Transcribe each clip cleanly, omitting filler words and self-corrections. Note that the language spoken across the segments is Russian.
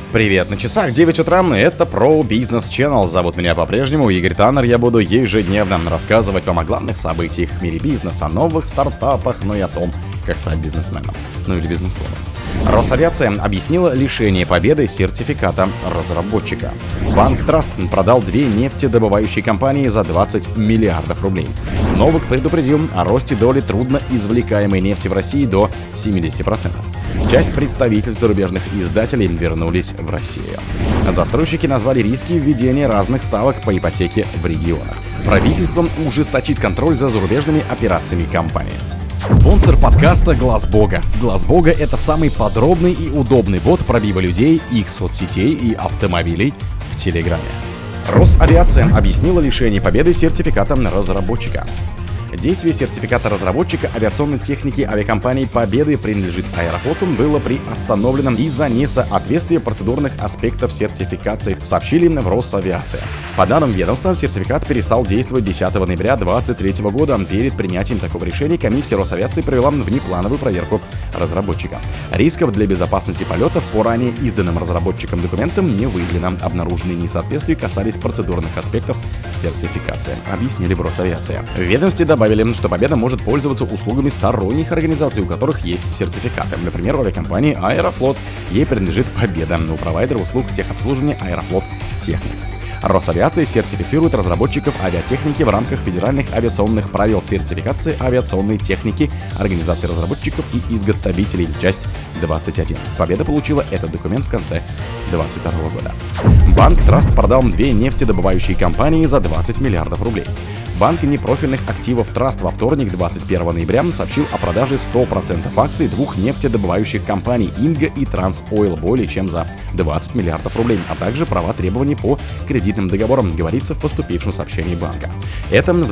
Привет, на часах 9 утра, это Pro Business Channel. Зовут меня по-прежнему Игорь Таннер. Я буду ежедневно рассказывать вам о главных событиях в мире бизнеса, о новых стартапах, ну и о том, как стать бизнесменом, ну или бизнесменом. Росавиация объяснила лишение победы сертификата разработчика. Банк Траст продал две нефтедобывающие компании за 20 миллиардов рублей. Новак предупредил о росте доли трудноизвлекаемой нефти в России до 70%. Часть представительств зарубежных издателей вернулись в Россию. Застройщики назвали риски введения разных ставок по ипотеке в регионах. Правительство ужесточит контроль за зарубежными операциями компании. Спонсор подкаста Глаз Бога. Глаз Бога — это самый подробный и удобный бот пробива людей, их соцсетей и автомобилей в Телеграме. Росавиация объяснила лишение победы сертификата разработчика. Действие сертификата разработчика авиационной техники авиакомпании «Победы» принадлежит Аэрофлоту было приостановлено из-за несоответствия процедурных аспектов сертификации, сообщили в Росавиации. По данным ведомства, сертификат перестал действовать 10 ноября 2023 года. Перед принятием такого решения комиссия Росавиации провела внеплановую проверку разработчика. Рисков для безопасности полетов по ранее изданным разработчикам документам не выявлено. Обнаруженные несоответствия касались процедурных аспектов сертификации, объяснили в Росавиации. В ведомстве добавили, что Победа может пользоваться услугами сторонних организаций, у которых есть сертификаты. Например, у авиакомпании Аэрофлот. Ей принадлежит Победа, у провайдера услуг техобслуживания Аэрофлот Техникс. Росавиация сертифицирует разработчиков авиатехники в рамках федеральных авиационных правил сертификации авиационной техники, организации разработчиков и изготовителей, часть 21. Победа получила этот документ в конце 2022 года. Банк Траст продал две нефтедобывающие компании за 20 миллиардов рублей. Банк непрофильных активов Траст во вторник, 21 ноября, сообщил о продаже 100% акций двух нефтедобывающих компаний Инга и Трансойл более чем за 20 миллиардов рублей, а также права требований по кредитным договорам, говорится в поступившем сообщении банка. Это в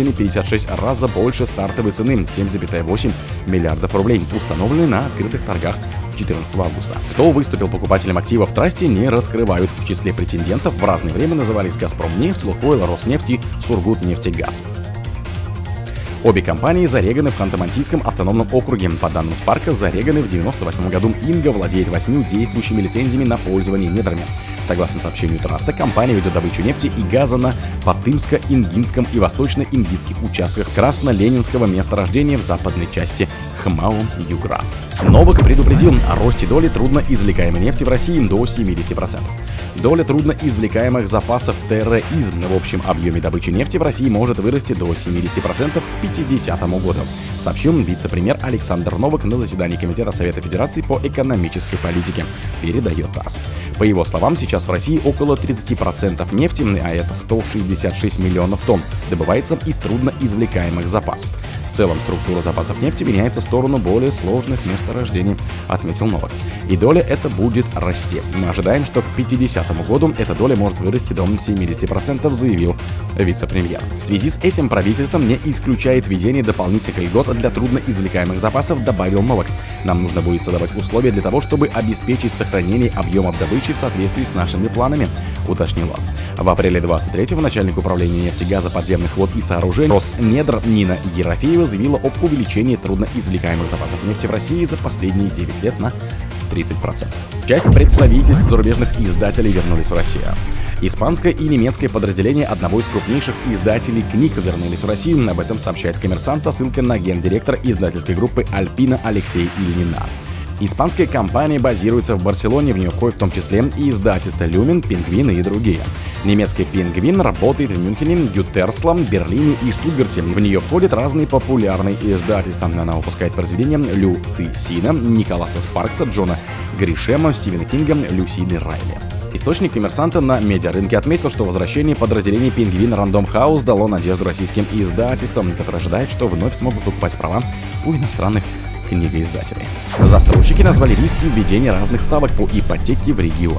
2,5-56 раза больше стартовой цены 7,8 миллиардов рублей, установленной на открытых торгах 14 августа. Кто выступил покупателем активов в Трасте, не раскрывают. В числе претендентов в разное время назывались «Газпромнефть», «Лукойл», «Роснефть» и «Сургутнефтегаз». Обе компании зареганы в Ханты-Мансийском автономном округе. По данным Спарка, зареганы в 1998 году. Инга владеет 8 действующими лицензиями на пользование недрами. Согласно сообщению Траста, компания ведет добычу нефти и газа на Батымско-Ингинском и Восточно-Ингинских участках Красно-Ленинского месторождения в западной части Хмао-Югра. Новак предупредил о росте доли трудноизвлекаемой нефти в России до 70%. Доля трудноизвлекаемых запасов ТРИЗ в общем объеме добычи нефти в России может вырасти до 70% к 2050 году, сообщил вице-премьер Александр Новак на заседании Комитета Совета Федерации по экономической политике, передает ТАСС. По его словам, сейчас в России около 30% нефти, а это 166 миллионов тонн, добывается из трудноизвлекаемых запасов. В целом структура запасов нефти меняется в сторону более сложных месторождений, отметил Новак. И доля эта будет расти. Мы ожидаем, что к 50 году эта доля может вырасти до 70%, заявил вице-премьер. В связи с этим правительство не исключает введение дополнительных льгот для трудноизвлекаемых запасов, добавил Новак. Нам нужно будет создавать условия для того, чтобы обеспечить сохранение объемов добычи в соответствии с нашими планами, уточнил он. В апреле 23-го начальник управления нефтегаза, подземных вод и сооружений Роснедр Нина Ерофеева заявила об увеличении трудноизвлекаемых запасов нефти в России за последние 9 лет на 30%. Часть представительств зарубежных издателей вернулись в Россию. Испанское и немецкое подразделение одного из крупнейших издателей книг вернулись в Россию. Об этом сообщает «Коммерсант» со ссылкой на гендиректора издательской группы «Альпина» Алексея Ильина. Испанская компания базируется в Барселоне, в нее входят в том числе и издательства «Люмен», «Пингвин» и другие. Немецкий «Пингвин» работает в Мюнхене, Гютерслам, Берлине и Штутгарте. В нее входят разные популярные издательства. Она выпускает произведения Лю Цисина, Николаса Спаркса, Джона Гришема, Стивена Кинга, Люсиды Райли. Источник «Коммерсанта» на медиарынке отметил, что возвращение подразделения «Пингвин» Random House дало надежду российским издательствам, которые ожидают, что вновь смогут покупать права у иностранных книгоиздателей. Застройщики назвали риски введения разных ставок по ипотеке в регионах.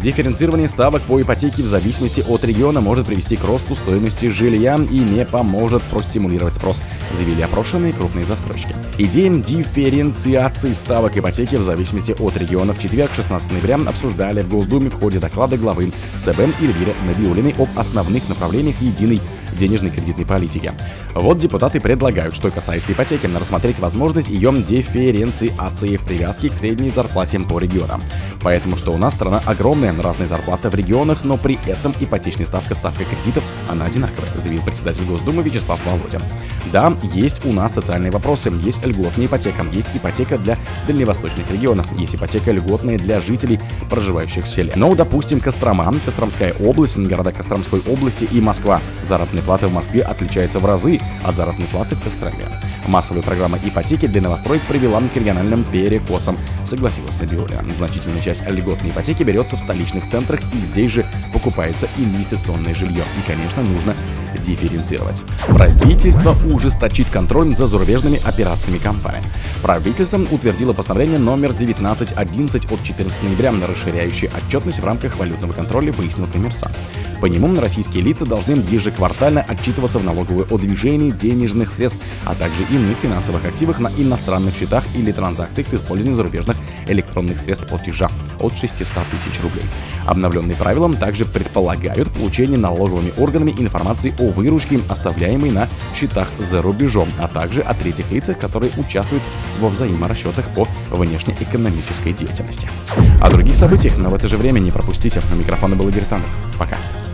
Дифференцирование ставок по ипотеке в зависимости от региона может привести к росту стоимости жилья и не поможет простимулировать спрос, заявили опрошенные крупные застройщики. Идея дифференциации ставок ипотеки в зависимости от региона в четверг, 16 ноября, обсуждали в Госдуме в ходе доклада главы ЦБ Эльвиры Набиуллиной об основных направлениях единой денежной кредитной политики. Вот депутаты предлагают, что касается ипотеки, рассмотреть возможность ее дифференциации в привязке к средней зарплате по регионам. Поэтому что у нас страна огромная, разные зарплаты в регионах, но при этом ипотечная ставка кредитов, она одинаковая, заявил председатель Госдумы Вячеслав Володин. Да, есть у нас социальные вопросы, есть льготная ипотека, есть ипотека для дальневосточных регионов, есть ипотека льготная для жителей, проживающих в селе. Но, допустим, Кострома, Костромская область, города Костромской области и Москва. Заработная плата в Москве отличается в разы от заработной платы в Костроме. Массовая программа ипотеки для новостроек привела к региональным перекосам, согласилась Набиуллина. Значительная часть льготной ипотеки берется в столичных центрах, и здесь же покупается инвестиционное жилье. И, конечно, нужно дифференцировать. Правительство ужесточит контроль за зарубежными операциями компаний. Правительство утвердило постановление номер 1911 от 14 ноября, расширяющее отчетность в рамках валютного контроля, выяснил Коммерсант. По нему российские лица должны ежеквартально отчитываться в налоговой о движении денежных средств, а также иных финансовых активах на иностранных счетах или транзакциях с использованием зарубежных электронных средств платежа от 600 тысяч рублей. Обновленные правила также предполагают получение налоговыми органами информации о выручке, оставляемой на счетах за рубежом, а также о третьих лицах, которые участвуют во взаиморасчетах по внешнеэкономической деятельности. О других событиях, но в это же время не пропустите. На микрофоне был Игорь Таннер. Пока.